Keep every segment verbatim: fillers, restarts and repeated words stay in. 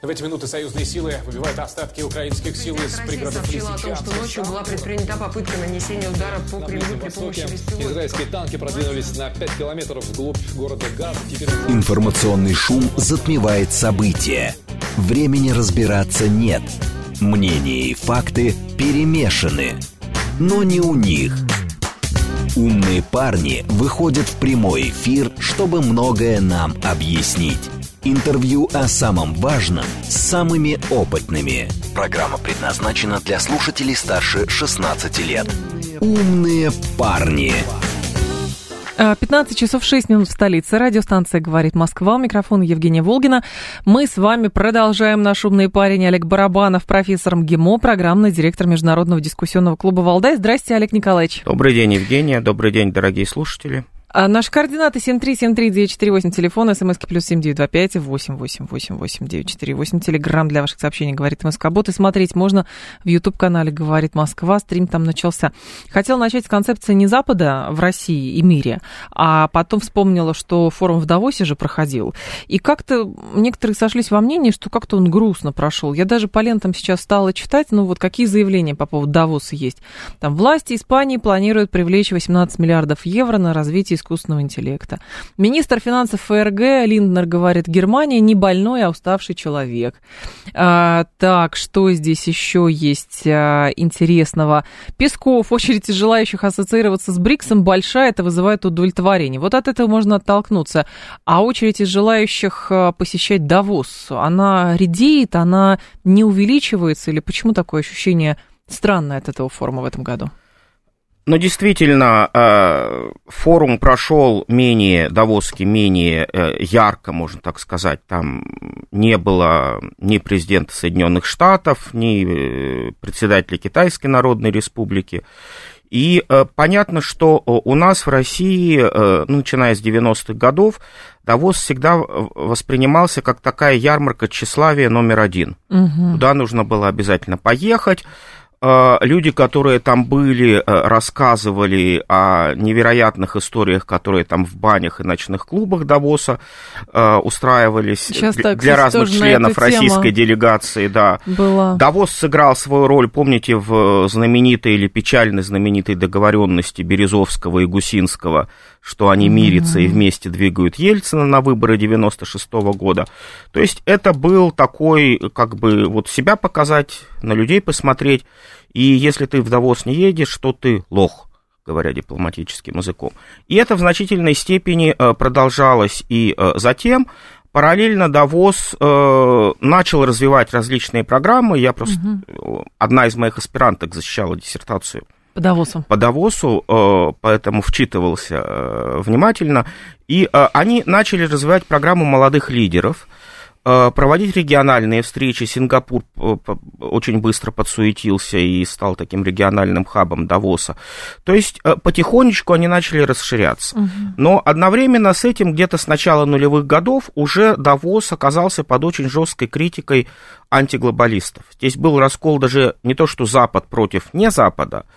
В эти минуты союзные силы выбивают остатки украинских сил из пригородов Лисичанска. О том, что ночью была предпринята попытка нанесения удара по Кремлю при помощи беспилотников. Израильские танки продвинулись на пять километров вглубь города Газа. Теперь... Информационный шум затмевает события. Времени разбираться нет. Мнения и факты перемешаны. Но не у них. Умные парни выходят в прямой эфир, чтобы многое нам объяснить. Интервью о самом важном с самыми опытными. Программа предназначена для слушателей старше шестнадцати лет. Умные парни. пятнадцать часов шесть минут в столице. Радиостанция «Говорит Москва». У микрофона Евгения Волгина. Мы с вами продолжаем наш умный парень Олег Барабанов, профессор МГИМО, программный директор Международного дискуссионного клуба «Валдай». Здрасте, Олег Николаевич. Добрый день, Евгения. Добрый день, дорогие слушатели. А наши координаты семь три семь три девять четыре восемь, телефон, смски плюс семь девять два пять восемь восемь восемь восемь девять четыре восемь, телеграмм для ваших сообщений «Говорит Москва-бот». И смотреть можно в YouTube-канале «Говорит Москва», стрим там начался. Хотела начать с концепции не Запада в России и мире, а потом вспомнила, что форум в Давосе же проходил. И как-то некоторые сошлись во мнении, что как-то он грустно прошел. Я даже по лентам сейчас стала читать, ну вот какие заявления по поводу Давоса есть. Там власти Испании планируют привлечь восемнадцать миллиардов евро на развитие искусственного интеллекта. Министр финансов ФРГ Линднер говорит, Германия не больной, а уставший человек. А, так, что здесь еще есть а, интересного? Песков, очередь из желающих ассоциироваться с БРИКСом большая, это вызывает удовлетворение. Вот от этого можно оттолкнуться. А очередь из желающих посещать Давос, она редеет, она не увеличивается? Или почему такое ощущение странное от этого форума в этом году? Ну, действительно, форум прошел менее, Давосский, менее ярко, можно так сказать. Там не было ни президента Соединенных Штатов, ни председателя Китайской Народной Республики. И понятно, что у нас в России, ну, начиная с девяностых годов, Давос всегда воспринимался как такая ярмарка тщеславия номер один. Угу. Туда нужно было обязательно поехать. Люди, которые там были, рассказывали о невероятных историях, которые там в банях и ночных клубах Давоса устраивались Сейчас, для, для разных членов российской делегации. Да. Давос сыграл свою роль, помните, в знаменитой или печально знаменитой договоренности Березовского и Гусинского, что они мирятся mm-hmm. и вместе двигают Ельцина на выборы девяносто шестого года. То есть это был такой, как бы, вот себя показать, на людей посмотреть, и если ты в Давос не едешь, то ты лох, говоря дипломатическим языком. И это в значительной степени продолжалось и затем. Параллельно Давос э, начал развивать различные программы. Я просто... Mm-hmm. Одна из моих аспиранток защищала диссертацию По Давосу. По Давосу, поэтому вчитывался внимательно. И они начали развивать программу молодых лидеров, проводить региональные встречи. Сингапур очень быстро подсуетился и стал таким региональным хабом Давоса. То есть потихонечку они начали расширяться. Угу. Но одновременно с этим, где-то с начала нулевых годов, уже Давос оказался под очень жесткой критикой антиглобалистов. Здесь был раскол даже не то, что Запад против не Запада,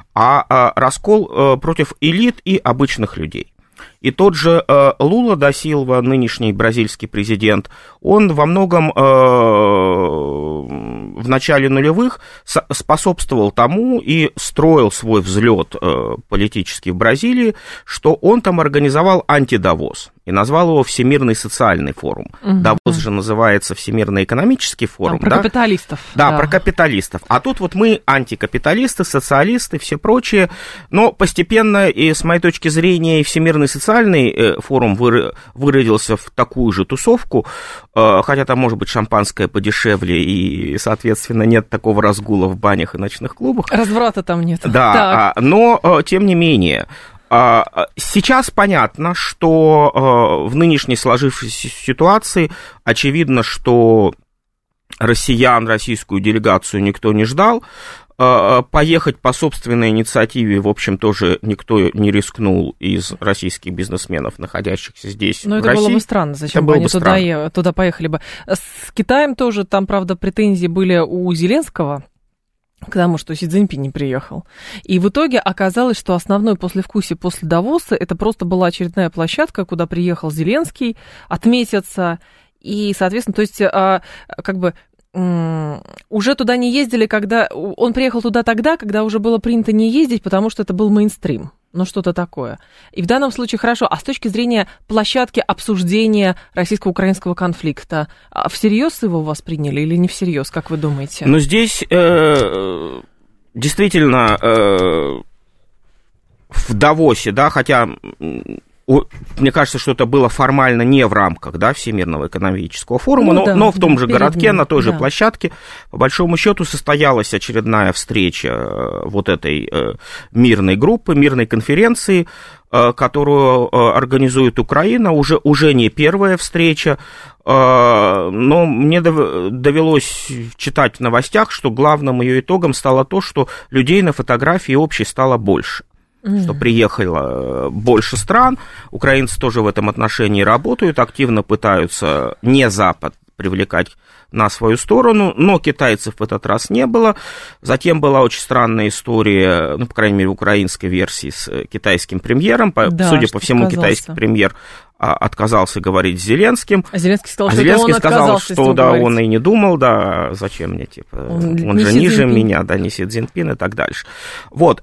а раскол против элит и обычных людей. И тот же э, Лула да Силва, нынешний бразильский президент, он во многом э, в начале нулевых способствовал тому и строил свой взлет э, политический в Бразилии, что он там организовал антидавос и назвал его Всемирный социальный форум. Угу. Давос же называется Всемирный экономический форум. Там про да? капиталистов. Да, да, про капиталистов. А тут вот мы антикапиталисты, социалисты, все прочие. Но постепенно, и с моей точки зрения, и Всемирный социальный форум выродился в такую же тусовку, хотя там может быть шампанское подешевле, и, соответственно, нет такого разгула в банях и ночных клубах. Разврата там нет. Да, так. Но, тем не менее... Сейчас понятно, что в нынешней сложившейся ситуации очевидно, что россиян, российскую делегацию никто не ждал. Поехать по собственной инициативе, в общем, тоже никто не рискнул из российских бизнесменов, находящихся здесь, Но в это России. было бы странно, зачем это бы они туда, туда поехали бы. С Китаем тоже, там, правда, претензии были у Зеленского к тому, что Си Цзиньпинь не приехал. И в итоге оказалось, что основной послевкусие после Давоса это просто была очередная площадка, куда приехал Зеленский отметиться. и, соответственно, то есть, как бы, уже туда не ездили, когда... Он приехал туда тогда, когда уже было принято не ездить, потому что это был мейнстрим. Ну, что-то такое. И в данном случае хорошо. А с точки зрения площадки обсуждения российско-украинского конфликта, всерьез его восприняли или не всерьез, как вы думаете? Ну, здесь э, действительно э, в Давосе, да, хотя... Мне кажется, что это было формально не в рамках, да, Всемирного экономического форума, ну, но, да, но в том да, же городке, ним, на той да. же площадке, по большому счету, состоялась очередная встреча вот этой мирной группы, мирной конференции, которую организует Украина, уже, уже не первая встреча, но мне довелось читать в новостях, что главным ее итогом стало то, что людей на фотографии общей стало больше. Что приехало больше стран, украинцы тоже в этом отношении работают, активно пытаются не Запад привлекать на свою сторону, но китайцев в этот раз не было. Затем была очень странная история, ну, по крайней мере, в украинской версии с китайским премьером. Да, судя по всему, отказался. Китайский премьер отказался говорить с Зеленским. А Зеленский сказал, а что, Зеленский он сказал, что да, говорить. Он и не думал, да, зачем мне, типа, он, он же Си ниже Цзиньпин. Меня, да, не Си Цзиньпин и так дальше. Вот,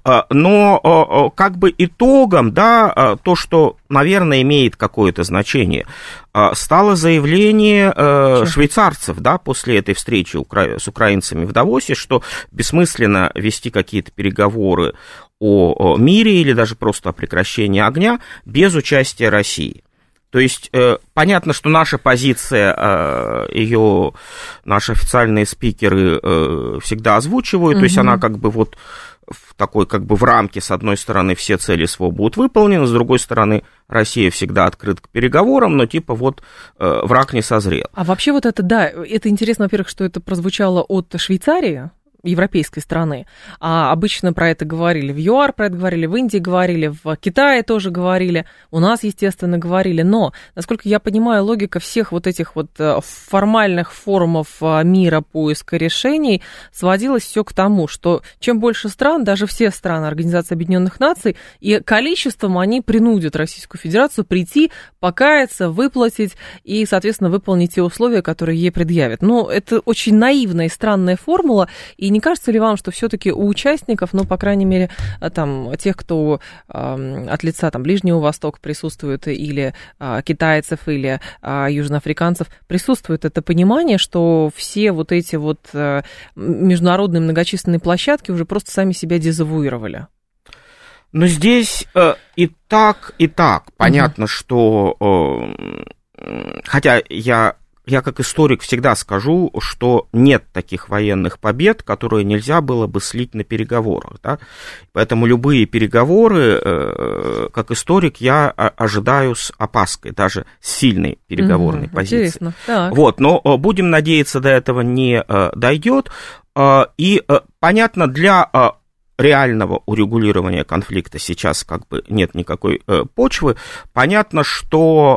но как бы итогом, да, то, что, наверное, имеет какое-то значение, стало заявление Че? швейцарцев, да, после этой встречи с украинцами в Давосе, что бессмысленно вести какие-то переговоры о мире или даже просто о прекращении огня без участия России. То есть понятно, что наша позиция, ее наши официальные спикеры всегда озвучивают, угу. то есть она как бы вот в такой как бы в рамке, с одной стороны, все цели СВО будут выполнены, с другой стороны, Россия всегда открыта к переговорам, но типа вот враг не созрел. А вообще вот это, да, это интересно, во-первых, что это прозвучало от Швейцарии, европейской страны, а обычно про это говорили в ЮАР, про это говорили в Индии, говорили в Китае тоже говорили, у нас, естественно, говорили, но, насколько я понимаю, логика всех вот этих вот формальных форумов мира, поиска решений сводилась все к тому, что чем больше стран, даже все страны Организации Объединенных Наций, и количеством они принудят Российскую Федерацию прийти, покаяться, выплатить и, соответственно, выполнить те условия, которые ей предъявят. Ну, это очень наивная и странная формула, и не кажется ли вам, что все-таки у участников, ну, по крайней мере, там, тех, кто э, от лица там, Ближнего Востока присутствует, или э, китайцев, или э, южноафриканцев, присутствует это понимание, что все вот эти вот э, международные многочисленные площадки уже просто сами себя дезавуировали? Ну, здесь э, и так, и так. Понятно, угу. что... Э, хотя я... Я как историк всегда скажу, что нет таких военных побед, которые нельзя было бы слить на переговорах. Да? Поэтому любые переговоры, как историк, я ожидаю с опаской, даже с сильной переговорной угу, позиции. Вот, но будем надеяться, до этого не дойдет. И понятно, для реального урегулирования конфликта сейчас как бы нет никакой э, почвы. Понятно, что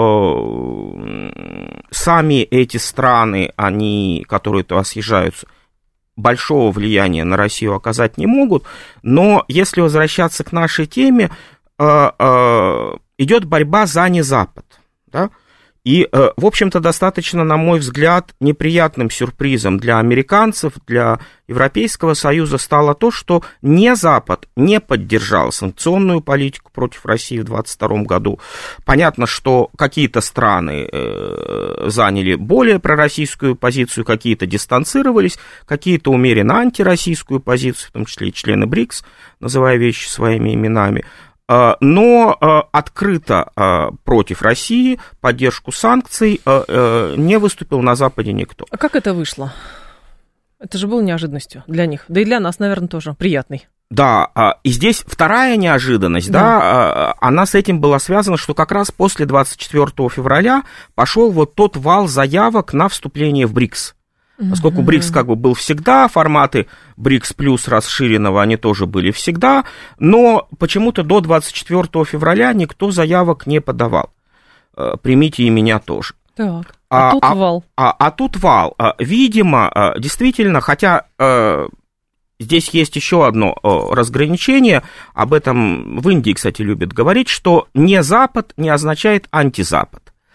э, сами эти страны, они, которые туда съезжаются, большого влияния на Россию оказать не могут, но если возвращаться к нашей теме, э, э, идет борьба за не Запад, да? И, в общем-то, достаточно, на мой взгляд, неприятным сюрпризом для американцев, для Европейского Союза стало то, что не Запад не поддержал санкционную политику против России в двадцать втором году. Понятно, что какие-то страны заняли более пророссийскую позицию, какие-то дистанцировались, какие-то умеренно антироссийскую позицию, в том числе и члены БРИКС, называя вещи своими именами. Но открыто против России, поддержку санкций не выступил на Западе никто. А как это вышло? Это же было неожиданностью для них, да и для нас, наверное, тоже приятной. Да, и здесь вторая неожиданность, да. да, она с этим была связана, что как раз после двадцать четвёртого февраля пошел вот тот вал заявок на вступление в БРИКС. Поскольку БРИКС как бы был всегда, форматы БРИКС плюс расширенного, они тоже были всегда, но почему-то до двадцать четвёртого февраля никто заявок не подавал. Примите и меня тоже. Так, а, а тут а, вал. А, а, а тут вал. Видимо, действительно, хотя здесь есть еще одно разграничение, об этом в Индии, кстати, любят говорить, что не Запад не означает антизапад.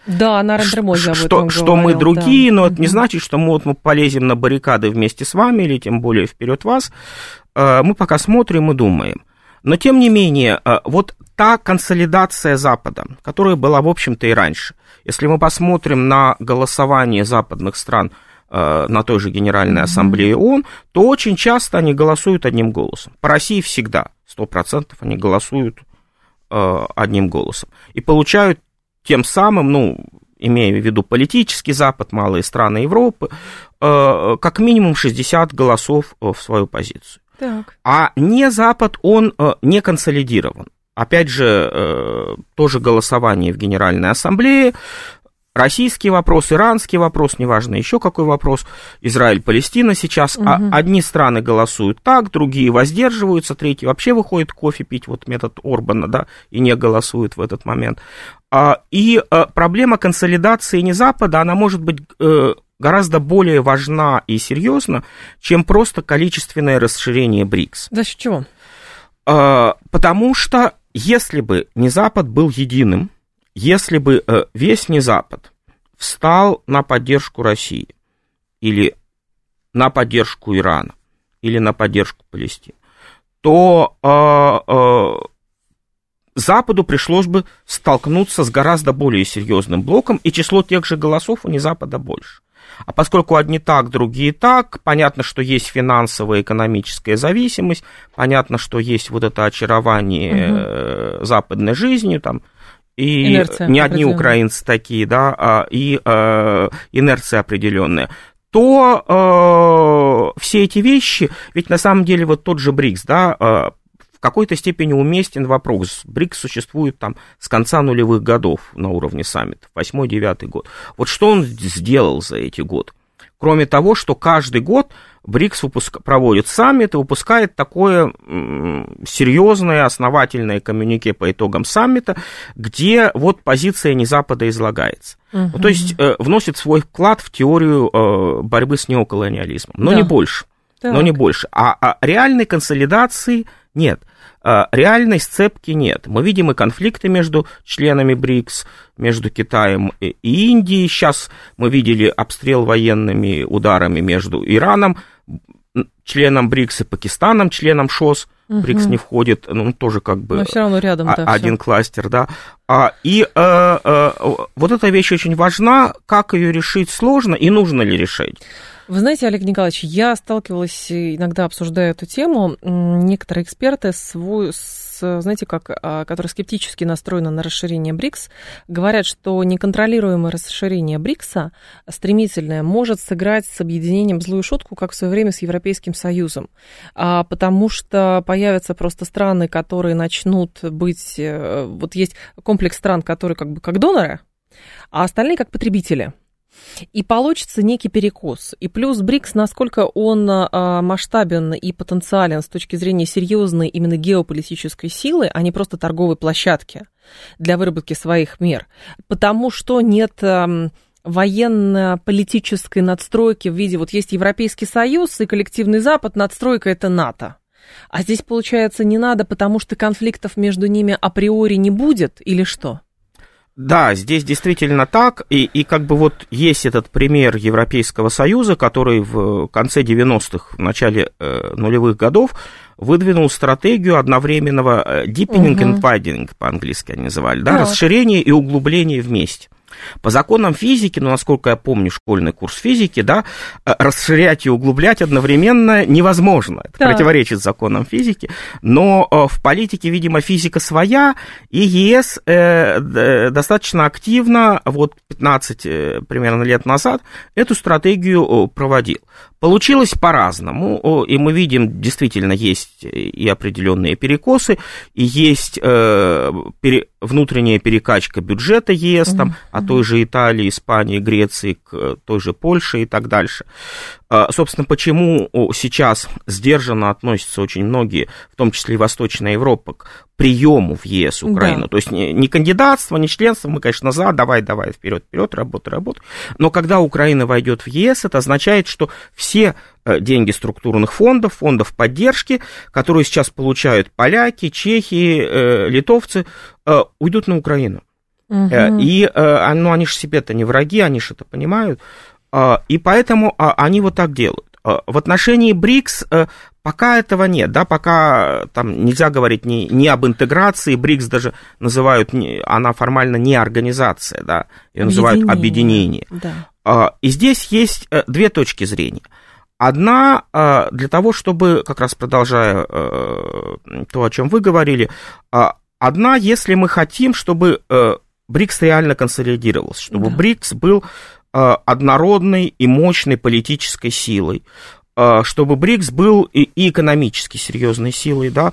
Да, на Рендермозе об этом что, что мы говорил, другие, да. но это не значит, что мы, вот, мы полезем на баррикады вместе с вами, или тем более вперед вас. Мы пока смотрим и думаем. Но, тем не менее, вот та консолидация Запада, которая была, в общем-то, и раньше, если мы посмотрим на голосование западных стран на той же Генеральной Ассамблее ООН, то очень часто они голосуют одним голосом. По России всегда, сто процентов они голосуют одним голосом. И получают тем самым, ну, имея в виду политический Запад, малые страны Европы, как минимум шестьдесят голосов в свою позицию. Так. А не Запад, он не консолидирован. Опять же, тоже голосование в Генеральной Ассамблее, российский вопрос, иранский вопрос, неважно еще какой вопрос, Израиль-Палестина сейчас. Угу. А одни страны голосуют так, другие воздерживаются, третьи вообще выходят кофе пить, вот метод Орбана, да, и не голосуют в этот момент. И проблема консолидации не Запада, она может быть гораздо более важна и серьезна, чем просто количественное расширение БРИКС. За счет чего? Потому что если бы не Запад был единым, если бы весь не Запад встал на поддержку России, или на поддержку Ирана, или на поддержку Палестины, то э, э, Западу пришлось бы столкнуться с гораздо более серьезным блоком, и число тех же голосов у не Запада больше. А поскольку одни так, другие так, понятно, что есть финансовая, экономическая зависимость, понятно, что есть вот это очарование угу. западной жизнью, там, и инерция не одни украинцы такие, да, а, и а, инерция определенная, то а, все эти вещи, ведь на самом деле вот тот же БРИКС, да, а, в какой-то степени уместен вопрос. БРИКС существует там с конца нулевых годов на уровне саммитов, восьмой-девятый год. Вот что он сделал за эти годы? Кроме того, что каждый год БРИКС выпуск... проводит саммит и выпускает такое м- серьезное, основательное коммюнике по итогам саммита, где вот позиция не Запада излагается. Uh-huh. Ну, то есть э, вносит свой вклад в теорию э, борьбы с неоколониализмом, но да. не больше. Так. Но не больше. А, а реальной консолидации нет. А, реальной сцепки нет. Мы видим и конфликты между членами БРИКС, между Китаем и Индией. Сейчас мы видели обстрел военными ударами между Ираном, членом БРИКС, и Пакистаном, членом ШОС. Угу. БРИКС не входит, ну, тоже как бы... Но все равно рядом, да, один всё. Кластер, да. А, и а, а, вот эта вещь очень важна. Как ее решить сложно и нужно ли решить? Вы знаете, Олег Николаевич, я сталкивалась, иногда обсуждая эту тему, некоторые эксперты, свой, с, знаете, как, которые скептически настроены на расширение БРИКС, говорят, что неконтролируемое расширение БРИКСа стремительное может сыграть с объединением злую шутку, как в свое время с Европейским Союзом, а, потому что появятся просто страны, которые начнут быть, вот есть комплекс стран, которые как бы как доноры, а остальные как потребители. И получится некий перекос. И плюс БРИКС, насколько он а, масштабен и потенциален с точки зрения серьезной именно геополитической силы, а не просто торговой площадки для выработки своих мер. Потому что нет а, военно-политической надстройки в виде, вот есть Европейский Союз и коллективный Запад, надстройка это НАТО. А здесь, получается, не надо, потому что конфликтов между ними априори не будет, или что? Да, здесь действительно так, и, и как бы вот есть этот пример Европейского Союза, который в конце девяностых, в начале э, нулевых годов выдвинул стратегию одновременного deepening uh-huh. and widening, по-английски они называли, да, uh-huh. расширение и углубление вместе. По законам физики, ну, насколько я помню школьный курс физики, да, расширять и углублять одновременно невозможно. Это да. противоречит законам физики. Но в политике, видимо, физика своя, и ЕС э, достаточно активно, вот пятнадцать примерно лет назад, эту стратегию проводил. Получилось по-разному, и мы видим, действительно, есть и определенные перекосы, и есть э, пере, внутренняя перекачка бюджета ЕС, там, от той же Италии, Испании, Греции к той же Польше и так дальше. Собственно, почему сейчас сдержанно относятся очень многие, в том числе и Восточная Европа, к приему в ЕС Украину. Да. То есть не, не кандидатство, не членство, мы, конечно, за, давай, давай, вперед, вперед, работай, работай. Но когда Украина войдет в ЕС, это означает, что все деньги структурных фондов, фондов поддержки, которые сейчас получают поляки, чехи, литовцы, уйдут на Украину. Угу. И ну, они же себе-то не враги, они же это понимают. И поэтому они вот так делают. В отношении БРИКС пока этого нет, да, пока там нельзя говорить ни, ни об интеграции, БРИКС даже называют, она формально не организация, да, ее называют объединение. Да. И здесь есть две точки зрения. Одна, для того, чтобы, как раз продолжая то, о чем вы говорили, одна, если мы хотим, чтобы БРИКС реально консолидировался, чтобы да. БРИКС был однородной и мощной политической силой, чтобы БРИКС был и экономически серьезной силой, да,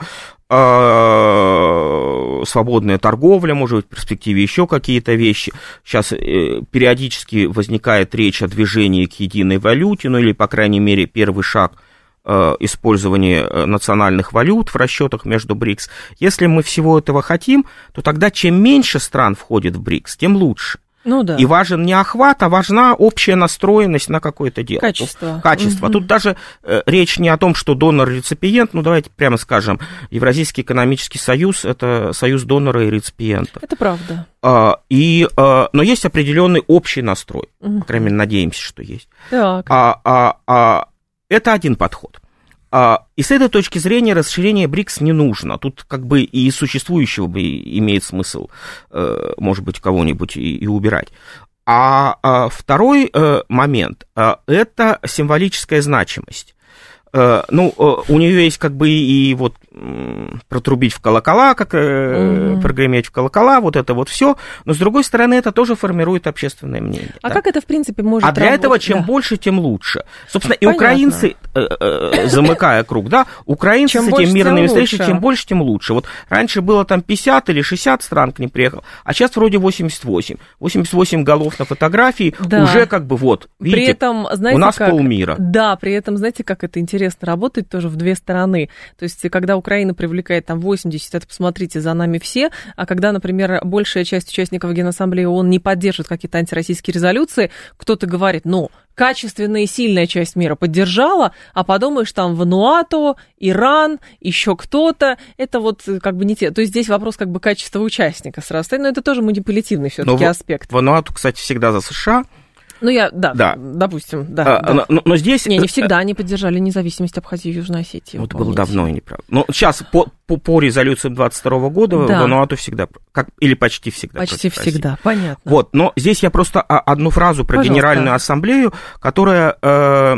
свободная торговля, может быть, в перспективе еще какие-то вещи. Сейчас периодически возникает речь о движении к единой валюте, ну или, по крайней мере, первый шаг использования национальных валют в расчетах между БРИКС. Если мы всего этого хотим, то тогда чем меньше стран входит в БРИКС, тем лучше. Ну, да. И важен не охват, а важна общая настроенность на какое-то дело. Качество. Качество. Угу. Тут даже э, речь не о том, что донор-реципиент, ну, давайте прямо скажем, Евразийский экономический союз – это союз донора и реципиента. Это правда. А, и, а, но есть определенный общий настрой, угу. по крайней мере, надеемся, что есть. Так. А, а, а, это один подход. И с этой точки зрения расширение БРИКС не нужно. Тут как бы и существующего бы имеет смысл, может быть, кого-нибудь и, и убирать. А второй момент – это символическая значимость. Ну, у нее есть как бы и вот протрубить в колокола, как mm-hmm. прогреметь в колокола, вот это вот все. Но, с другой стороны, это тоже формирует общественное мнение. А да? как это, в принципе, может А для работать? этого чем да. больше, тем лучше. Собственно, Понятно. И украинцы, э, э, замыкая круг, да, украинцы чем с этими мирными встречами, чем больше, тем лучше. Вот раньше было там пятьдесят или шестьдесят стран к ним приехал, а сейчас вроде восемьдесят восемь. восемьдесят восемь голов на фотографии, да. уже как бы вот, видите, при этом, знаете, у нас как, полмира. Да, при этом, знаете, как это интересно работает тоже в две стороны. То есть, когда Украина привлекает там восемьдесят, это посмотрите, за нами все, а когда, например, большая часть участников Генассамблеи ООН не поддерживает какие-то антироссийские резолюции, кто-то говорит, ну, качественная и сильная часть мира поддержала, а подумаешь, там Вануату, Иран, еще кто-то, это вот как бы не те. То есть здесь вопрос как бы качества участника сразу стоит, но это тоже манипулятивный все-таки но аспект. Вануату, кстати, всегда за США. Ну, я, да, да. допустим, да. А, да. Но, но здесь... Не, не всегда они поддержали независимость Абхазии и Южной Осетии. Вот было давно и неправда. Но сейчас по, по, по резолюциям двадцать второго года да. Вануату всегда, как, или почти всегда. Почти всегда, понятно. Вот, но здесь я просто одну фразу про Пожалуйста. Генеральную ассамблею, которая, э,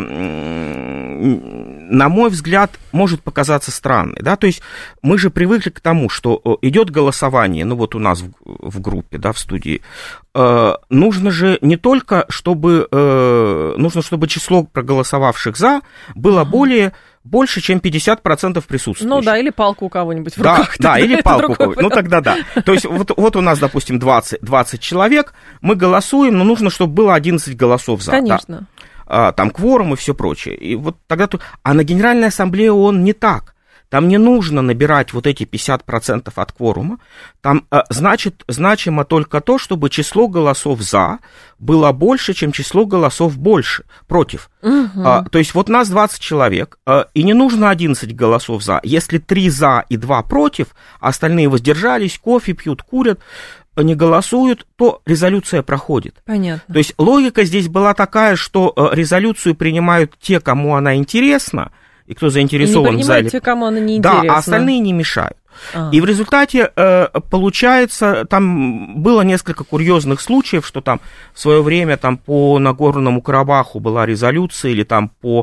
на мой взгляд, может показаться странной. Да? То есть мы же привыкли к тому, что идет голосование, ну вот у нас в, в группе, да, в студии, э, нужно же не только, чтобы, э, нужно, чтобы число проголосовавших «за» было ага. более... больше, чем пятьдесят процентов присутствующих. Ну да, или палку у кого-нибудь в да, руках. Да, или палку у кого-нибудь. Ну тогда да. То есть вот, вот у нас, допустим, двадцать, двадцать человек, мы голосуем, но нужно, чтобы было одиннадцать голосов «за». Конечно. Да. Там кворум и все прочее. И вот тогда... А на Генеральной Ассамблее ООН не так. Там не нужно набирать вот эти пятьдесят процентов от кворума. Там э, значит, значимо только то, чтобы число голосов «за» было больше, чем число голосов больше, против. Угу. А, то есть вот нас двадцать человек, а, и не нужно одиннадцать голосов «за». Если три «за» и два «против», а остальные воздержались, кофе пьют, курят, не голосуют, то резолюция проходит. Понятно. То есть логика здесь была такая, что резолюцию принимают те, кому она интересна, и кто заинтересован и в зале. Те, кому она не интересна. Да, а остальные не мешают. А. И в результате, получается, там было несколько курьезных случаев, что там в свое время там, по Нагорному Карабаху была резолюция, или там по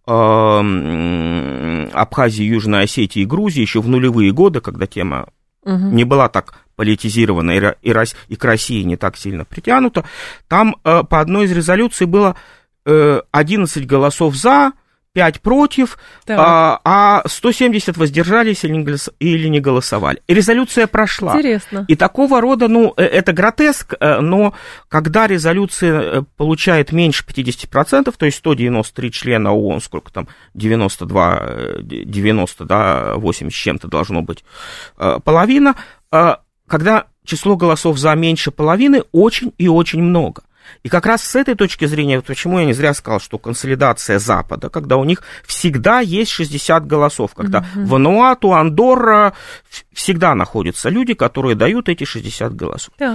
э, Абхазии, Южной Осетии и Грузии еще в нулевые годы, когда тема угу. не была так политизирована и, и, и к России не так сильно притянута, там э, по одной из резолюций было э, одиннадцать голосов «за», пять против, а, а сто семьдесят воздержались или не, голос, или не голосовали. И резолюция прошла. Интересно. И такого рода, ну, это гротеск, но когда резолюция получает меньше пятьдесят процентов, то есть сто девяносто три члена ООН, сколько там, девяносто два, девяносто, да, восемьдесят с чем-то должно быть половина, когда число голосов за меньше половины, очень и очень много. И как раз с этой точки зрения, почему я не зря сказал, что консолидация Запада, когда у них всегда есть шестьдесят голосов, когда mm-hmm. в Вануату, Андорра всегда находятся люди, которые дают эти шестьдесят голосов. Yeah.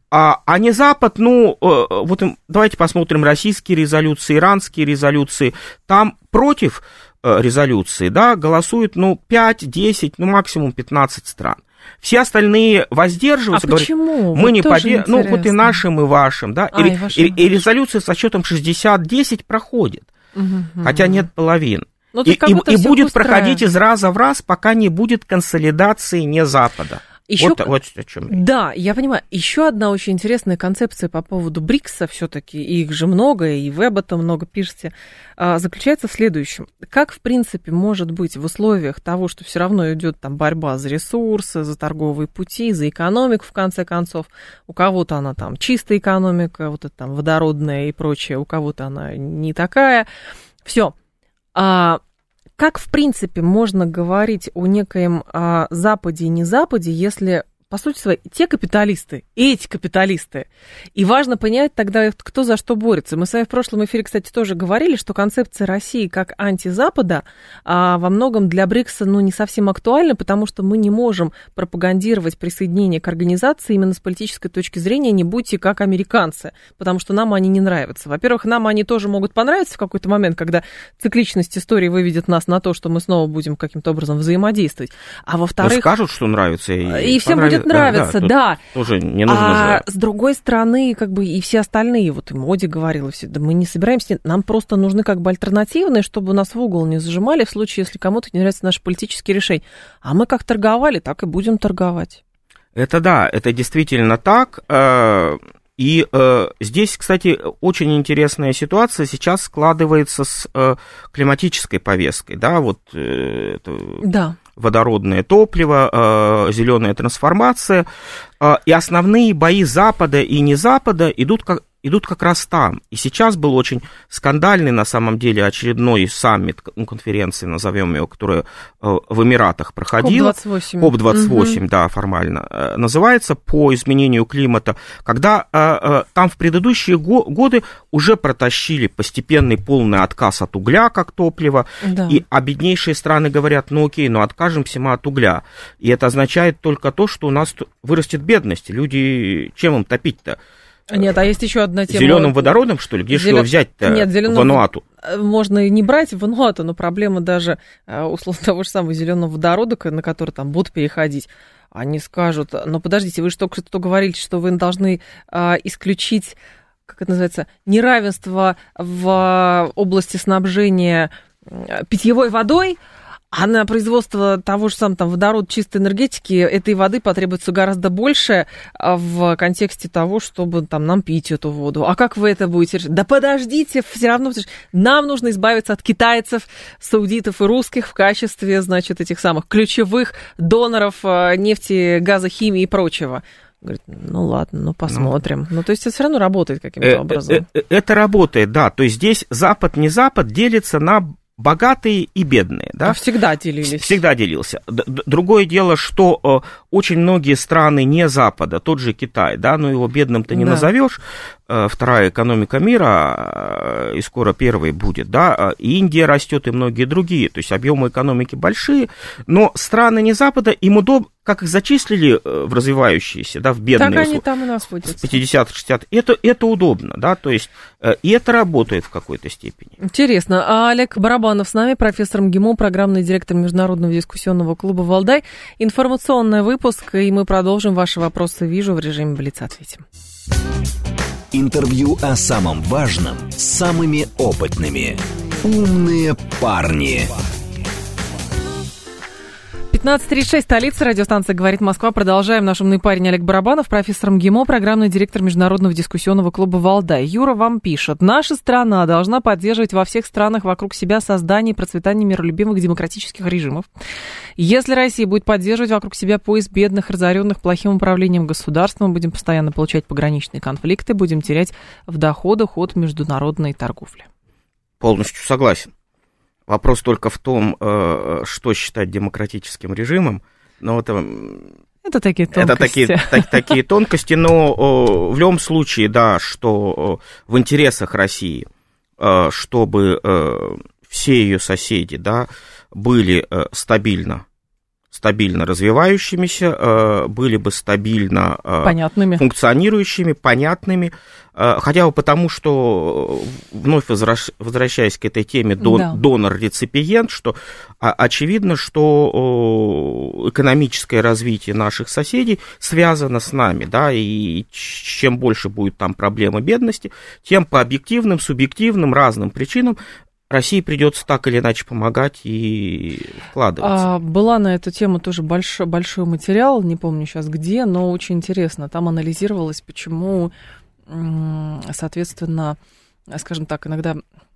А, а не Запад, ну, вот давайте посмотрим российские резолюции, иранские резолюции. Там против резолюции, да, голосуют, ну, пять, десять, ну, максимум пятнадцать стран. Все остальные воздерживаются, а говорят, почему? мы вот не победим, ну, вот и нашим, и вашим, да, а, и, и, вашим, и, и резолюция со счетом шестьдесят десять проходит, угу, хотя угу. нет половин. Ну, и и, и будет устраивает. проходить из раза в раз, пока не будет консолидации не Запада. Еще, вот, вот о чем речь. Да, я понимаю. Еще одна очень интересная концепция по поводу БРИКСа, все-таки, и их же много, и вы об этом много пишете, заключается в следующем. Как, в принципе, может быть в условиях того, что все равно идет там борьба за ресурсы, за торговые пути, за экономику, в конце концов, у кого-то она там чистая экономика, вот это там водородная и прочее, у кого-то она не такая. Все. А как, в принципе, можно говорить о некоем а, Западе и не Западе, если, по сути своей, те капиталисты, эти капиталисты, и важно понять тогда, кто за что борется. Мы с вами в прошлом эфире, кстати, тоже говорили, что концепция России как антизапада а, во многом для БРИКСа ну, не совсем актуальна, потому что мы не можем пропагандировать присоединение к организации именно с политической точки зрения, не будьте как американцы, потому что нам они не нравятся. Во-первых, нам они тоже могут понравиться в какой-то момент, когда цикличность истории выведет нас на то, что мы снова будем каким-то образом взаимодействовать. А во-вторых... Ну, скажут, что нравится. И, и всем будет нравиться, да. да. Тоже не нужно а с другой стороны, как бы и все остальные, вот и Моди говорила, все, да мы не собираемся, нам просто нужны как бы альтернативные, чтобы нас в угол не зажимали в случае, если кому-то не нравятся наши политические решения. А мы как торговали, так и будем торговать. Это да, это действительно так. И здесь, кстати, очень интересная ситуация сейчас складывается с климатической повесткой, да, вот это... Да. Водородное топливо, зеленая трансформация, и основные бои Запада и не Запада идут как, идут как раз там. И сейчас был очень скандальный, на самом деле, очередной саммит, ну, конференция, назовем ее, которая в Эмиратах проходила. коп двадцать восемь. коп двадцать восемь, угу. Да, формально. Называется по изменению климата, когда там в предыдущие годы уже протащили постепенный полный отказ от угля как топлива, да. И а беднейшие страны говорят, ну окей, ну откажемся мы от угля. И это означает только то, что у нас вырастет бедность. Люди, чем им топить-то? Нет, а есть еще одна тема. Зеленым водородом, что ли? Где же его взять-то? Нет, зеленым... в Вануату? Можно и не брать в Вануату, но проблема даже, условно, того же самого зеленого водорода, на который там будут переходить. Они скажут, ну подождите, вы же только что говорили, что вы должны а, исключить, как это называется, неравенство в области снабжения питьевой водой, а на производство того же самого там, водорода чистой энергетики этой воды потребуется гораздо больше в контексте того, чтобы там, нам пить эту воду. А как вы это будете решать? Да подождите, все равно нам нужно избавиться от китайцев, саудитов и русских в качестве, значит, этих самых ключевых доноров нефти, газа, химии и прочего. Говорит, ну ладно, ну посмотрим. Ну, ну то есть это все равно работает каким-то образом. Это работает, да. То есть здесь Запад, не Запад делится на богатые и бедные, да? А всегда делились. Всегда делился. Другое дело, что э, очень многие страны не Запада, тот же Китай, да, но его бедным-то не да. назовешь, э, вторая экономика мира, э, и скоро первой будет, да, и Индия растет, и многие другие, то есть объемы экономики большие, но страны не Запада, им удобно, как их зачислили в развивающиеся, да, в бедные так условия, они там и нас водятся. С пятидесятых-шестидесятых, это, это удобно, да, то есть, и это работает в какой-то степени. Интересно. А Олег Барабанов с нами, профессор МГИМО, программный директор Международного дискуссионного клуба «Валдай». Информационный выпуск, и мы продолжим ваши вопросы. Вижу, в режиме Блиц ответим. Интервью о самом важном с самыми опытными. Умные парни. пятнадцать тридцать шесть, столица, радиостанция «Говорит Москва». Продолжаем. Наш умный парень Олег Барабанов, профессор МГИМО, программный директор Международного дискуссионного клуба «Валдай». Юра вам пишет. Наша страна должна поддерживать во всех странах вокруг себя создание и процветание миролюбивых демократических режимов. Если Россия будет поддерживать вокруг себя поиск бедных, разоренных плохим управлением государством, будем постоянно получать пограничные конфликты, будем терять в доходах от международной торговли. Полностью согласен. Вопрос только в том, что считать демократическим режимом. Но это, это такие тонкости. Это такие, так, такие тонкости, но в любом случае, да, что в интересах России, чтобы все ее соседи, да, были стабильно стабильно развивающимися, были бы стабильно понятными, функционирующими, понятными, хотя бы потому, что, вновь возвращаясь к этой теме, дон, да. донор-реципиент, что очевидно, что экономическое развитие наших соседей связано с нами, да, и чем больше будет там проблема бедности, тем по объективным, субъективным, разным причинам России придется так или иначе помогать и вкладываться. А, была на эту тему тоже большой, большой материал, не помню сейчас где, но очень интересно. Там анализировалось, почему, соответственно, скажем так, иногда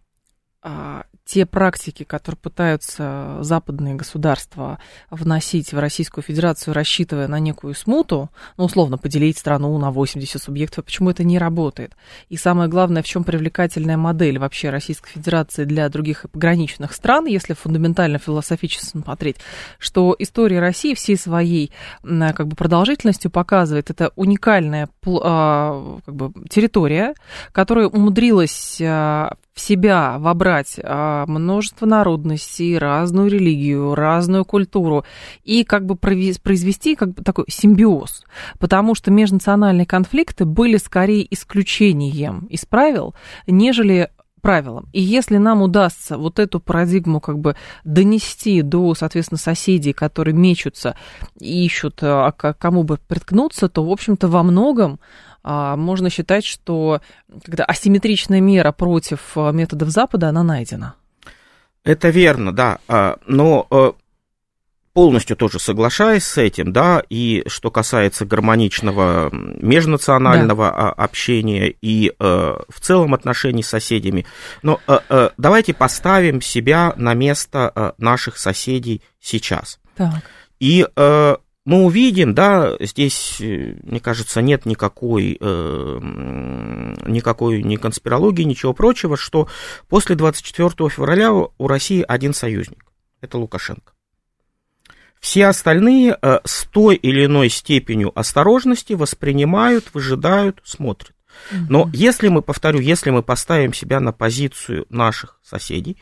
а, те практики, которые пытаются западные государства вносить в Российскую Федерацию, рассчитывая на некую смуту, ну, условно, поделить страну на восемьдесят субъектов, почему это не работает? И самое главное, в чем привлекательная модель вообще Российской Федерации для других пограничных стран, если фундаментально философически смотреть, что история России всей своей как бы продолжительностью показывает, это уникальная как бы, территория, которая умудрилась в себя вобрать множество народностей, разную религию, разную культуру и как бы произвести как бы такой симбиоз, потому что межнациональные конфликты были скорее исключением из правил, нежели правилам. И если нам удастся вот эту парадигму как бы донести до, соответственно, соседей, которые мечутся и ищут, кому бы приткнуться, то, в общем-то, во многом можно считать, что когда асимметричная мера против методов Запада, она найдена. Это верно, да, но полностью тоже соглашаюсь с этим, да, и что касается гармоничного межнационального да. общения и в целом отношений с соседями, но давайте поставим себя на место наших соседей сейчас. Так. И мы увидим, да, здесь, мне кажется, нет никакой, э, никакой ни конспирологии, ничего прочего, что после двадцать четвёртого февраля у России один союзник, это Лукашенко. Все остальные э, с той или иной степенью осторожности воспринимают, выжидают, смотрят. Но если мы, повторю, если мы поставим себя на позицию наших соседей,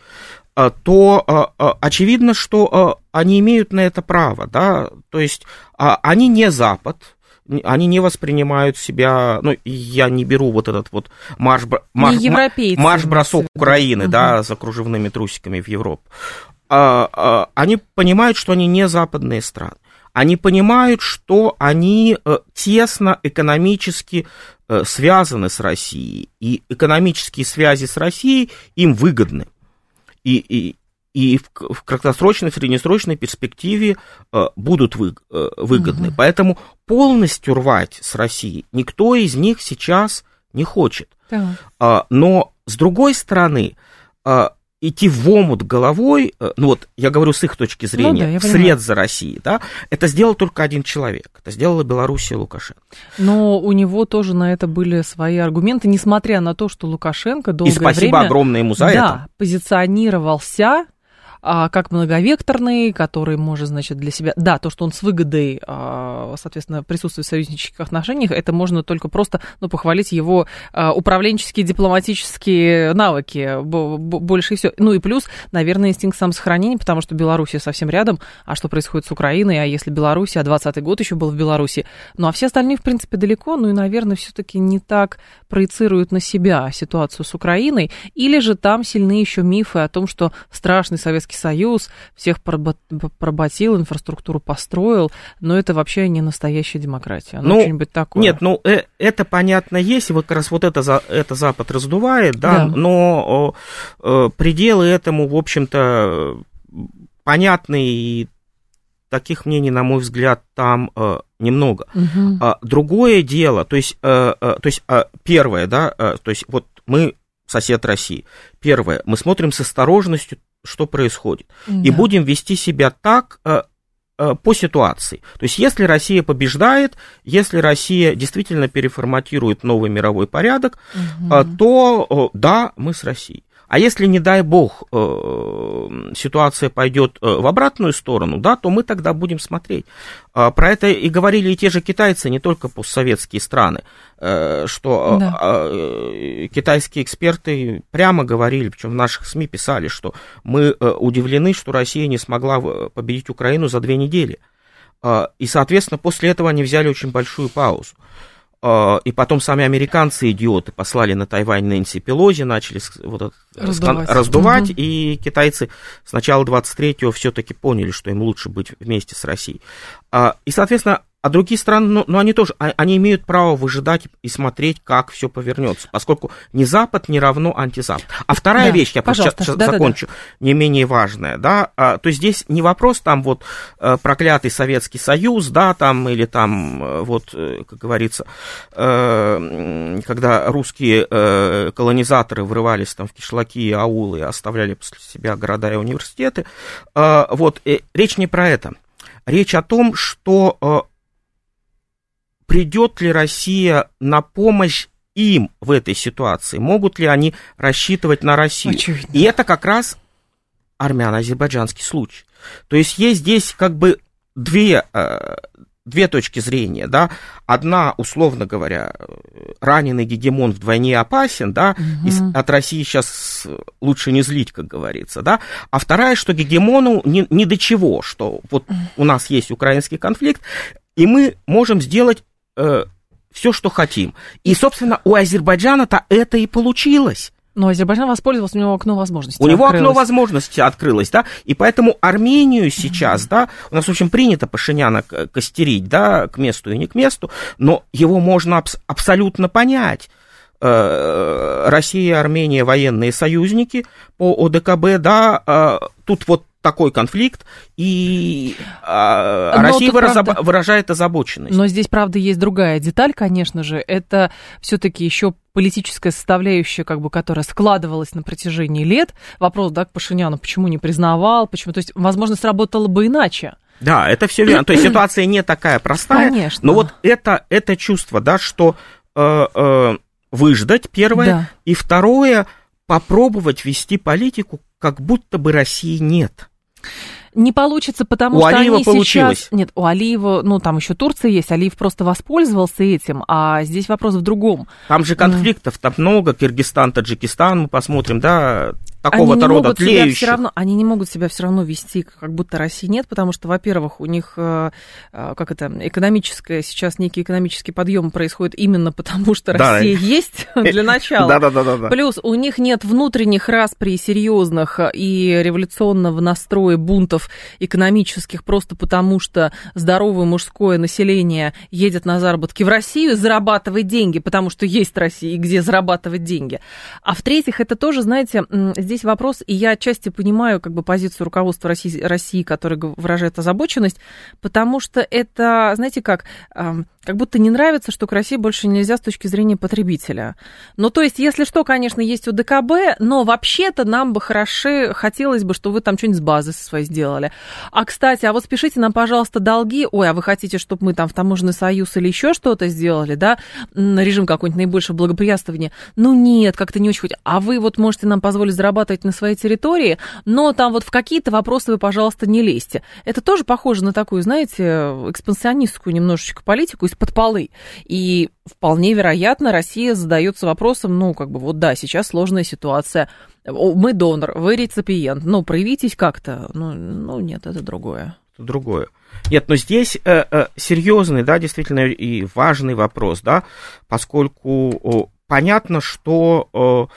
то очевидно, что они имеют на это право, да, то есть они не Запад, они не воспринимают себя, ну, я не беру вот этот вот марш, марш, марш-бросок Украины, угу. да, за кружевными трусиками в Европу. Они понимают, что они не западные страны. Они понимают, что они тесно экономически связаны с Россией, и экономические связи с Россией им выгодны. И, и, и в, в краткосрочной, среднесрочной перспективе э, будут вы, э, выгодны. Угу. Поэтому полностью рвать с Россией никто из них сейчас не хочет. Да. А, но, с другой стороны, а, идти в омут головой, ну вот я говорю с их точки зрения, ну, да, вслед понимаю. За Россией, да, это сделал только один человек, это сделала Белоруссия Лукашенко. Но у него тоже на это были свои аргументы, несмотря на то, что Лукашенко долгое время... И спасибо время, огромное ему за да, это. позиционировался как многовекторный, который может, значит, для себя... Да, то, что он с выгодой, соответственно, присутствует в союзнических отношениях, это можно только просто, ну, похвалить его управленческие, дипломатические навыки, больше и все. Ну и плюс, наверное, инстинкт самосохранения, потому что Белоруссия совсем рядом, а что происходит с Украиной, а если Белоруссия, а двадцатый год еще был в Беларуси, ну а все остальные, в принципе, далеко, ну и, наверное, все-таки не так проецируют на себя ситуацию с Украиной, или же там сильны еще мифы о том, что страшный Советский Союз всех поработил, инфраструктуру построил, но это вообще не настоящая демократия. Оно ну, что-нибудь такое. Нет, ну э, это понятно есть, и вот как раз вот это, это Запад раздувает, да, да. но э, пределы этому, в общем-то, понятны, и таких мнений, на мой взгляд, там э, немного. Угу. А, другое дело, то есть, э, э, то есть э, первое, да, э, то есть вот мы сосед России. Первое, мы смотрим с осторожностью, что происходит, да. и будем вести себя так э, э, по ситуации. То есть, если Россия побеждает, если Россия действительно переформатирует новый мировой порядок, угу. э, то э, да, мы с Россией. А если, не дай бог, ситуация пойдет в обратную сторону, да, то мы тогда будем смотреть. Про это и говорили и те же китайцы, не только постсоветские страны, что да. Китайские эксперты прямо говорили, причем в наших СМИ писали, что мы удивлены, что Россия не смогла победить Украину за две недели. И, соответственно, после этого они взяли очень большую паузу. И потом сами американцы, идиоты, послали на Тайвань Нэнси Пелози, начали вот это раздувать, раздувать угу. И китайцы с начала двадцать третьего все-таки поняли, что им лучше быть вместе с Россией. И, соответственно, а другие страны, ну, ну, они тоже, они имеют право выжидать и смотреть, как все повернется, поскольку ни Запад не равно антизапад. А вторая да, вещь, я сейчас да, закончу, да, да. не менее важная, да, а, то есть здесь не вопрос там вот проклятый Советский Союз, да, там, или там, вот, как говорится, э, когда русские э, колонизаторы врывались там в кишлаки и аулы и оставляли после себя города и университеты, э, вот, э, речь не про это. Речь о том, что э, придет ли Россия на помощь им в этой ситуации, могут ли они рассчитывать на Россию. Очевидно. И это как раз армяно-азербайджанский случай. То есть есть здесь как бы две, э, две точки зрения, да. Одна, условно говоря, раненый гегемон вдвойне опасен, да, угу. и от России сейчас лучше не злить, как говорится, да. А вторая, что гегемону ни, ни до чего, что вот у нас есть украинский конфликт, и мы можем сделать э, все, что хотим. И, собственно, у Азербайджана-то это и получилось. Но Азербайджан воспользовался, у него окно возможностей. У него открылось. окно возможностей открылось, да, и поэтому Армению сейчас, mm-hmm. да, у нас, в общем, принято Пашиняна костерить, да, к месту и не к месту, но его можно абс- абсолютно понять. Россия и Армения военные союзники по ОДКБ, да, тут вот такой конфликт, и а, Россия выраза, правда, выражает озабоченность. Но здесь, правда, есть другая деталь, конечно же, это все-таки еще политическая составляющая, как бы, которая складывалась на протяжении лет. Вопрос, да, к Пашиняну, почему не признавал, почему, то есть, возможно, сработало бы иначе. Да, это все верно, то есть ситуация не такая простая, конечно. Но вот это, это чувство, да, что э, э, выждать, первое, да. И второе, попробовать вести политику, как будто бы России нет. Не получится, потому у что Алиева они получилось. сейчас... Нет, у Алиева, ну, там еще Турция есть, Алиев просто воспользовался этим, а здесь вопрос в другом. Там же конфликтов-то много, Киргизстан, Таджикистан, мы посмотрим, да, такого-то рода тлеющих. Все равно, они не могут себя все равно вести, как будто России нет, потому что, во-первых, у них, как это, экономическое, сейчас некий экономический подъем происходит именно потому, что да. Россия есть для начала. Да-да-да. Плюс у них нет внутренних расприй серьезных и революционного настроя бунтов экономических, просто потому что здоровое мужское население едет на заработки в Россию, зарабатывает деньги, потому что есть Россия, где зарабатывать деньги. А в-третьих, это тоже, знаете, здесь вопрос, и я отчасти понимаю как бы позицию руководства России, России, которое выражает озабоченность, потому что это, знаете как, как будто не нравится, что к России больше нельзя с точки зрения потребителя. Ну, то есть, если что, конечно, есть ОДКБ, но вообще-то нам бы хорошо, хотелось бы, чтобы вы там что-нибудь с базы своей сделали. А, кстати, а вот спешите нам, пожалуйста, долги. Ой, а вы хотите, чтобы мы там в таможенный союз или еще что-то сделали, да? Режим какой-нибудь наибольшего благоприятствования. Ну, нет, как-то не очень хоть. А вы вот можете нам позволить зарабатывать на своей территории, но там вот в какие-то вопросы вы, пожалуйста, не лезьте. Это тоже похоже на такую, знаете, экспансионистскую немножечко политику из-под полы. И вполне вероятно, Россия задается вопросом, ну, как бы, вот да, сейчас сложная ситуация. Мы донор, вы реципиент. Ну, проявитесь как-то. Ну, ну нет, это другое. Это другое. Нет, но здесь э, э, серьезный, да, действительно и важный вопрос, да, поскольку э, понятно, что э,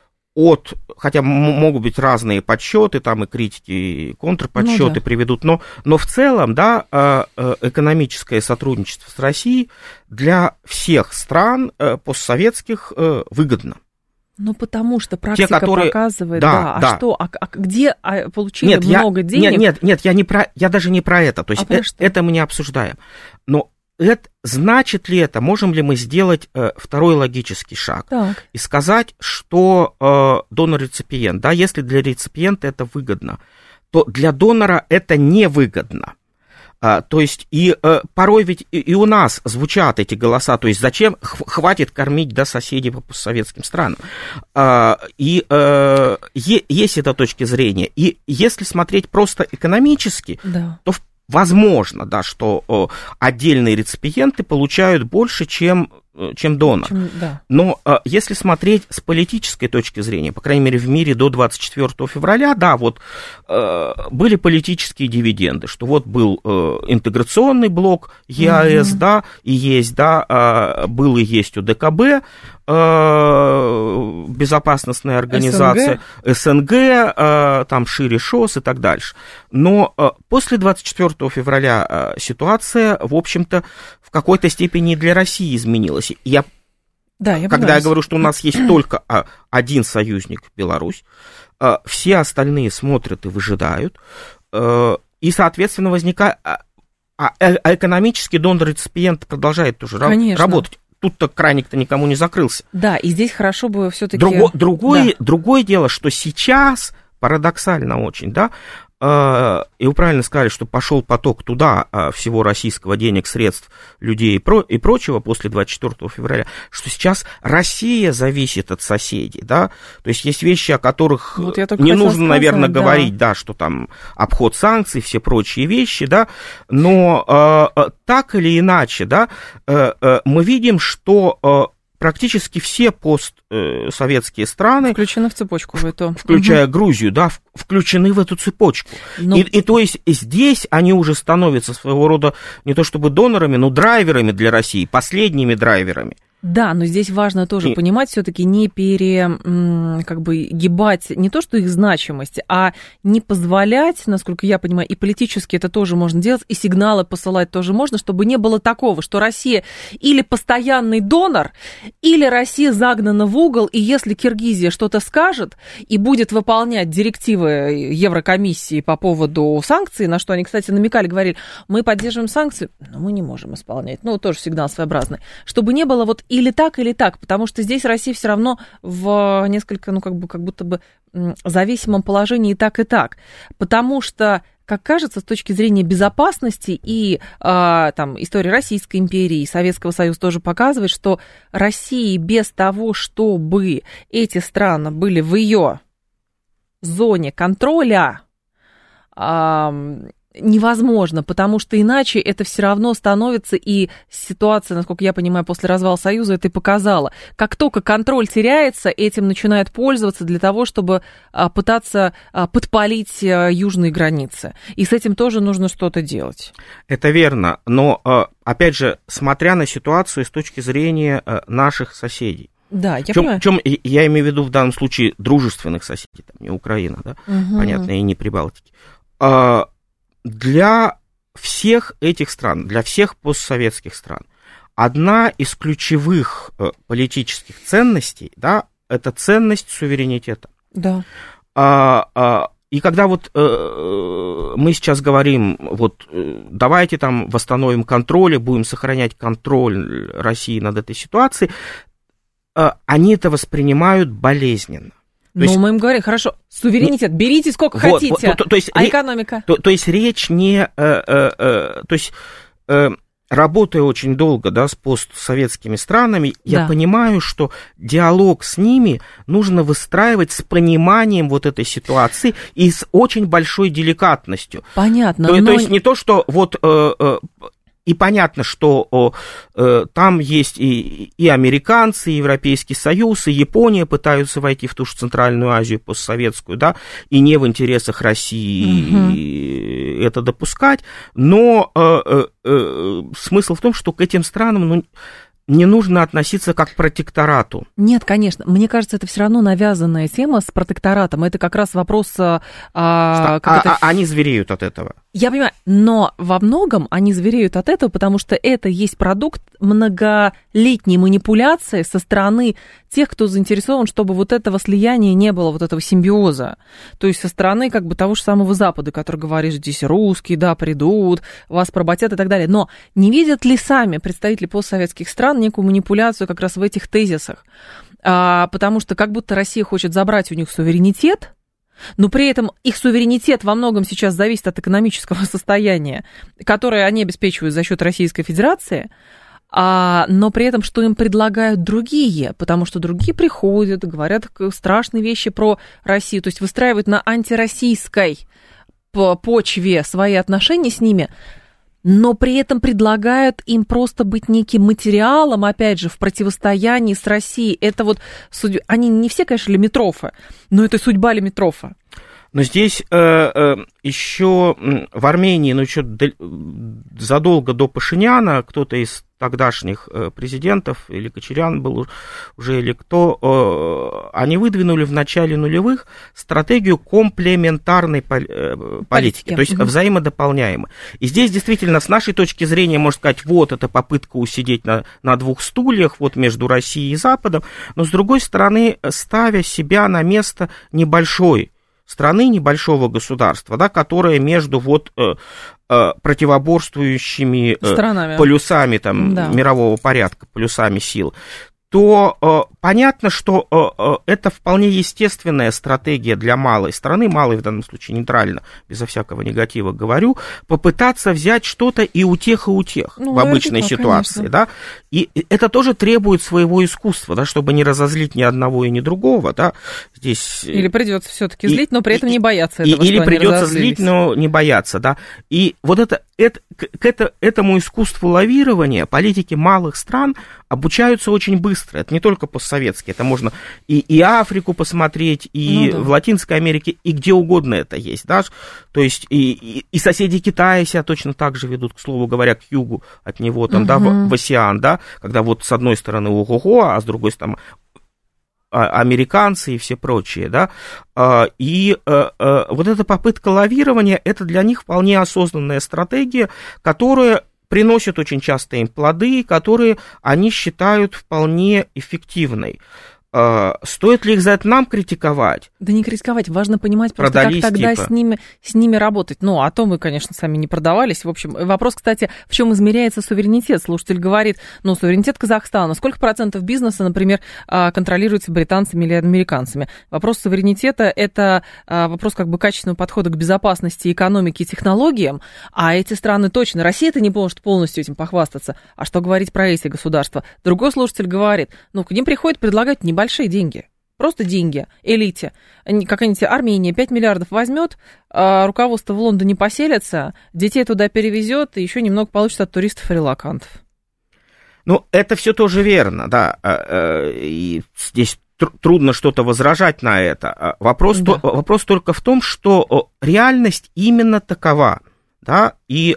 от, хотя могут быть разные подсчеты, там и критики, и контрподсчеты ну, да. приведут, но, но в целом, да, экономическое сотрудничество с Россией для всех стран постсоветских выгодно. Ну, потому что практика Те, которые... показывает, да, да, а да. что, а, а где а, получили нет, много я, денег? Нет, нет, нет, я, не про, я даже не про это, то есть а э, это мы не обсуждаем, но это, значит ли это, можем ли мы сделать э, второй логический шаг так. и сказать, что э, донор-реципиент, да, если для реципиента это выгодно, то для донора это невыгодно. А, то есть и а, порой ведь и, и у нас звучат эти голоса, то есть зачем хватит кормить, да, соседей по постсоветским странам. А, и а, е, есть эта точка зрения. И если смотреть просто экономически, да. то возможно, да, что о, отдельные реципиенты получают больше, чем, чем донор. Чем, да. Но а, если смотреть с политической точки зрения, по крайней мере, в мире до двадцать четвёртого февраля, да, вот а, были политические дивиденды, что вот был а, интеграционный блок ЕАЭС, угу. да, и есть, да, а, был и есть у ДКБ, безопасностная организация СНГ, СНГ, там шире ШОС и так дальше. Но после двадцать четвёртого февраля ситуация, в общем-то, в какой-то степени для России изменилась. Я, да, я когда я говорю, что у нас есть только один союзник, Беларусь, все остальные смотрят и выжидают, и, соответственно, возникает... А экономический донор-реципиент продолжает тоже Конечно. работать. Тут-то краник-то никому не закрылся. Да, и здесь хорошо бы все-таки... Друго, другое, да. другое дело, что сейчас, парадоксально очень, да, э, и вы правильно сказали, что пошел поток туда э, всего российского денег, средств, людей и, про, и прочего после двадцать четвёртого февраля, что сейчас Россия зависит от соседей, да, то есть есть вещи, о которых вот не нужно, сказать, наверное, да. говорить, да, что там обход санкций, все прочие вещи, да, но э, так или иначе, да, э, э, мы видим, что э, практически все постсоветские страны... Включены в цепочку в эту. Включая угу. Грузию, да, включены в эту цепочку. Но... И, и то есть здесь они уже становятся своего рода не то чтобы донорами, но драйверами для России, последними драйверами. Да, но здесь важно тоже и... понимать, все-таки не пере, как бы, гибать не то, что их значимость, а не позволять, насколько я понимаю, и политически это тоже можно делать, и сигналы посылать тоже можно, чтобы не было такого, что Россия или постоянный донор, или Россия загнана в угол, и если Киргизия что-то скажет и будет выполнять директивы Еврокомиссии по поводу санкций, на что они, кстати, намекали, говорили, мы поддерживаем санкции, но мы не можем исполнять, ну, тоже сигнал своеобразный, чтобы не было вот или так, или так, потому что здесь Россия все равно в несколько, ну, как бы, как будто бы зависимом положении и так, и так. Потому что, как кажется, с точки зрения безопасности и а, там, история Российской империи и Советского Союза тоже показывает, что России без того, чтобы эти страны были в ее зоне контроля, а, невозможно, потому что иначе это все равно становится, и ситуация, насколько я понимаю, после развала Союза это и показала. Как только контроль теряется, этим начинают пользоваться для того, чтобы пытаться подпалить южные границы. И с этим тоже нужно что-то делать. Это верно, но, опять же, смотря на ситуацию с точки зрения наших соседей. Да, я чем, понимаю. Чем, я имею в виду в данном случае дружественных соседей, там, не Украина, да, угу. понятно, и не Прибалтики. Для всех этих стран, для всех постсоветских стран, одна из ключевых э, политических ценностей, да, это ценность суверенитета. Да. А, а, и когда вот э, мы сейчас говорим, вот э, давайте там восстановим контроль, будем сохранять контроль России над этой ситуацией, э, они это воспринимают болезненно. Ну, есть, мы им говорим, хорошо, суверенитет, берите сколько вот, хотите, вот, то, то есть, а экономика? То, то есть речь не... Э, э, э, то есть, э, работая очень долго, да, с постсоветскими странами, да. я понимаю, что диалог с ними нужно выстраивать с пониманием вот этой ситуации и с очень большой деликатностью. Понятно. То, но... то есть не то, что вот... Э, э, И понятно, что о, э, там есть и, и американцы, и Европейский Союз, и Япония пытаются войти в ту же Центральную Азию постсоветскую, да, и не в интересах России угу. это допускать. Но э, э, э, смысл в том, что к этим странам, ну, не нужно относиться как к протекторату. Нет, конечно. Мне кажется, это все равно навязанная тема с протекторатом. Это как раз вопрос... А, а, как а, это... Они звереют от этого. Я понимаю, но во многом они звереют от этого, потому что это есть продукт многолетней манипуляции со стороны тех, кто заинтересован, чтобы вот этого слияния не было, вот этого симбиоза. То есть со стороны как бы того же самого Запада, который говорит, здесь русские, да, придут, вас поработят и так далее. Но не видят ли сами представители постсоветских стран некую манипуляцию как раз в этих тезисах? А, потому что как будто Россия хочет забрать у них суверенитет, но при этом их суверенитет во многом сейчас зависит от экономического состояния, которое они обеспечивают за счет Российской Федерации, а, но при этом что им предлагают другие, потому что другие приходят, говорят страшные вещи про Россию, то есть выстраивают на антироссийской почве свои отношения с ними, но при этом предлагают им просто быть неким материалом, опять же, в противостоянии с Россией. Это вот, судьба... они не все, конечно, лимитрофы, но это судьба лимитрофа. Но здесь э, э, еще в Армении, ну, еще задолго до Пашиняна, кто-то из тогдашних э, президентов, или Кочарян был уже, или кто, э, они выдвинули в начале нулевых стратегию комплементарной пол, э, политики, политики, то есть угу. взаимодополняемой. И здесь действительно, с нашей точки зрения, можно сказать, вот эта попытка усидеть на, на двух стульях, вот между Россией и Западом, но с другой стороны, ставя себя на место небольшой страны, небольшого государства, да, которое между вот э, э, противоборствующими э, полюсами там, да. мирового порядка, полюсами сил, то э, понятно, что э, э, это вполне естественная стратегия для малой страны, малой в данном случае нейтрально, безо всякого негатива говорю, попытаться взять что-то и у тех, и у тех ну, в обычной это, ситуации, да, и это тоже требует своего искусства, да, чтобы не разозлить ни одного и ни другого, да, здесь... Или придется все-таки злить, и, но при этом и, не бояться этого, и, Или придется злить, но не бояться, да, и вот это, это, к это, этому искусству лавирования политики малых стран обучаются очень быстро. Это не только постсоветские, это можно и, и Африку посмотреть, и ну, да. в Латинской Америке, и где угодно это есть, да, то есть и, и, и соседи Китая себя точно так же ведут, к слову говоря, к югу от него, там, угу. да, в, в Асиан, да, когда вот с одной стороны ого-го, а с другой стороны американцы и все прочие, да, и вот эта попытка лавирования, это для них вполне осознанная стратегия, которая приносят очень часто им плоды, которые они считают вполне эффективной. Стоит ли их за это нам критиковать? Да не критиковать, важно понимать просто, продались, как тогда типа. с, ними, с ними работать. Ну, а то мы, конечно, сами не продавались. В общем, вопрос, кстати, в чем измеряется суверенитет? Слушатель говорит, ну, суверенитет Казахстана. Сколько процентов бизнеса, например, контролируется британцами или американцами? Вопрос суверенитета – это вопрос как бы качественного подхода к безопасности, экономике и технологиям. А эти страны точно, Россия-то не может полностью этим похвастаться. А что говорить про эти государства? Другой слушатель говорит, ну, к ним приходят, предлагают не большие деньги, просто деньги элите. Какая-нибудь Армения пять миллиардов возьмет, руководство в Лондоне поселится, детей туда перевезет, и еще немного получится от туристов и релокантов. Ну, это все тоже верно, да, и здесь трудно что-то возражать на это. Вопрос, да. то, вопрос только в том, что реальность именно такова, да, и...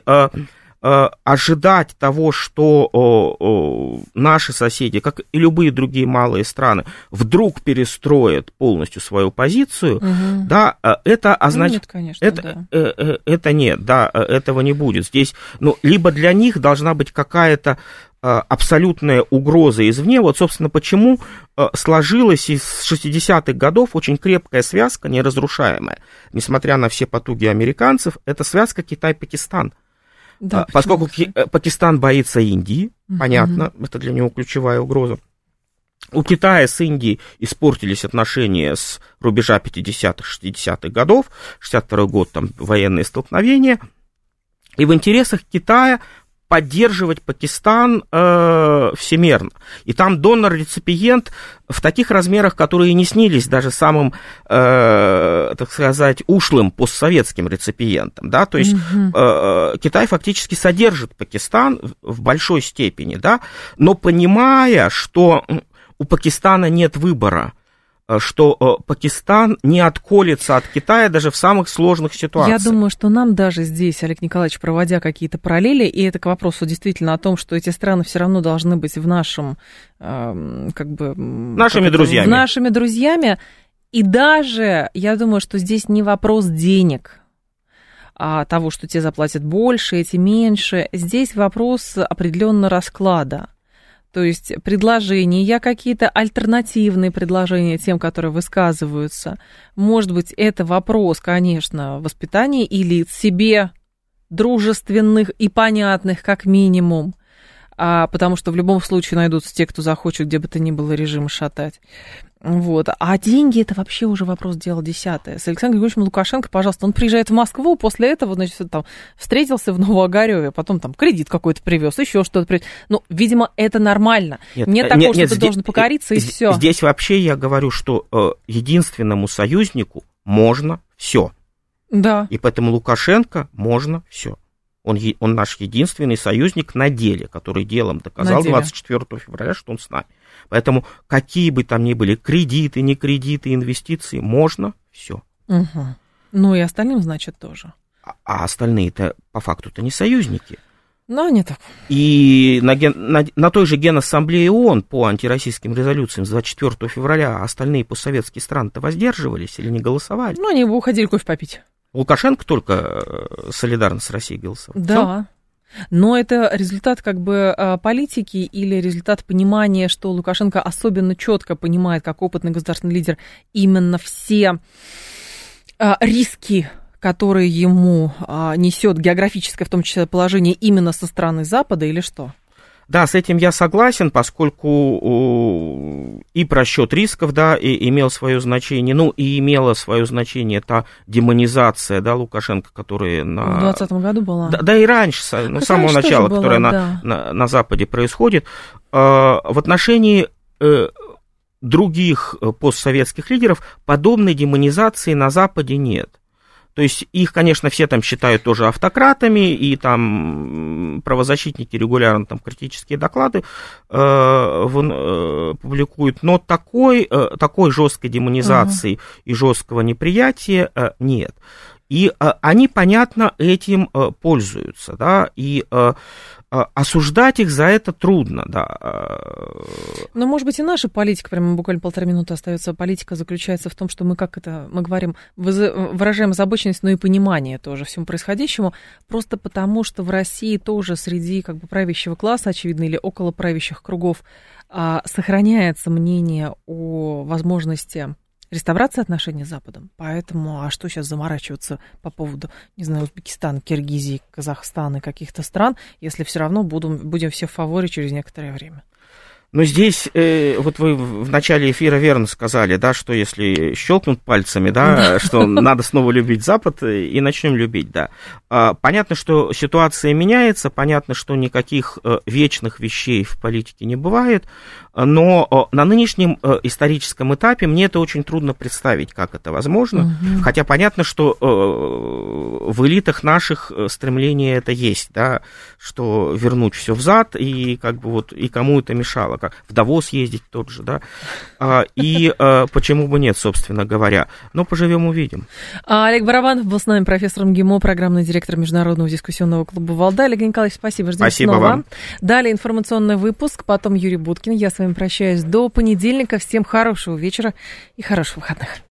ожидать того, что о, о, наши соседи, как и любые другие малые страны, вдруг перестроят полностью свою позицию, угу. да, это означает... Ну, нет, конечно, это, да. э, это нет, да, этого не будет. Здесь, ну, либо для них должна быть какая-то абсолютная угроза извне. Вот, собственно, почему сложилась из шестидесятых годов очень крепкая связка, неразрушаемая. Несмотря на все потуги американцев, это связка Китай-Пакистан. Да, поскольку почему? Пакистан боится Индии, uh-huh. понятно, это для него ключевая угроза. У Китая с Индией испортились отношения с рубежа пятидесятых-шестидесятых годов, шестьдесят второй год, там, военные столкновения, и в интересах Китая поддерживать Пакистан э, всемерно. И там донор-реципиент в таких размерах, которые не снились даже самым, э, так сказать, ушлым постсоветским реципиентам. Да? То есть mm-hmm. э, Китай фактически содержит Пакистан в большой степени, да? Но понимая, что у Пакистана нет выбора, что Пакистан не отколется от Китая даже в самых сложных ситуациях. Я думаю, что нам даже здесь, Олег Николаевич, проводя какие-то параллели, и это к вопросу действительно о том, что эти страны все равно должны быть в нашем, э, как бы... Нашими как друзьями. В нашими друзьями. И даже, я думаю, что здесь не вопрос денег, а того, что те заплатят больше, эти меньше. Здесь вопрос определенного расклада. То есть предложения, какие-то альтернативные предложения тем, которые высказываются. Может быть, это вопрос, конечно, воспитания элит, себе дружественных и понятных, как минимум, а, потому что в любом случае найдутся те, кто захочет, где бы то ни было, режим шатать. Вот. А деньги – это вообще уже вопрос дела десятое. С Александром Григорьевичем Лукашенко, пожалуйста, он приезжает в Москву, после этого, значит, там, встретился в Новоогарёве, потом там кредит какой-то привез, еще что-то привез. Ну, видимо, это нормально. Нет, нет такого, нет, что нет, ты здесь, должен покориться, и здесь, все. Здесь вообще я говорю, что э, единственному союзнику можно все. Да. И поэтому Лукашенко можно все. Он, он наш единственный союзник на деле, который делом доказал двадцать четвёртого февраля, что он с нами. Поэтому какие бы там ни были кредиты, не кредиты, инвестиции, можно все. Угу. Ну и остальным, значит, тоже. А, а остальные-то по факту-то не союзники. Ну, не так. И на, на, на той же Генассамблее ООН по антироссийским резолюциям с двадцать четвёртого февраля остальные постсоветские страны-то воздерживались или не голосовали? Ну, они бы уходили кофе попить. Лукашенко только солидарно с Россией голосовал. Да. Все? Но это результат как бы политики или результат понимания, что Лукашенко особенно четко понимает, как опытный государственный лидер, именно все риски, которые ему несет географическое, в том числе, положение именно со стороны Запада, или что? Да, с этим я согласен, поскольку и просчет рисков, да, и имел свое значение, ну, и имела свое значение та демонизация, да, Лукашенко, которая на... В двадцатом году была. Да, да и раньше, ну, с самого начала, была, которая да. на, на, на Западе происходит. В отношении других постсоветских лидеров подобной демонизации на Западе нет. То есть их, конечно, все там считают тоже автократами, и там правозащитники регулярно там критические доклады э, в, э, публикуют, но такой, э, такой жесткой демонизации uh-huh. и жесткого неприятия э, нет. И э, они, понятно, этим э, пользуются, да, и э, осуждать их за это трудно, да. Но, может быть, и наша политика, прямо буквально полтора минуты остается, политика заключается в том, что мы, как это, мы говорим, выражаем озабоченность, но и понимание тоже всему происходящему, просто потому, что в России тоже среди как бы правящего класса, очевидно, или около правящих кругов сохраняется мнение о возможности реставрация отношений с Западом. Поэтому, а что сейчас заморачиваться по поводу, не знаю, Узбекистана, Киргизии, Казахстана и каких-то стран, если все равно будем, будем все в фаворе через некоторое время? Но здесь, э, вот вы в начале эфира верно сказали, да, что если щелкнут пальцами, да, да. что надо снова любить Запад, и начнем любить, да. А, понятно, что ситуация меняется, понятно, что никаких э, вечных вещей в политике не бывает, но э, на нынешнем э, историческом этапе мне это очень трудно представить, как это возможно, угу. хотя понятно, что э, в элитах наших стремление это есть, да, что вернуть все взад, и как бы вот, и кому это мешало. В Давос ездить тот же, да, а, и а, почему бы нет, собственно говоря. Но поживем, увидим. Олег Барабанов был с нами, профессор МГИМО, программный директор Международного дискуссионного клуба «Валдай». Олег Николаевич, спасибо, ждем спасибо снова. Вам. Далее информационный выпуск, потом Юрий Буткин. Я с вами прощаюсь до понедельника. Всем хорошего вечера и хороших выходных.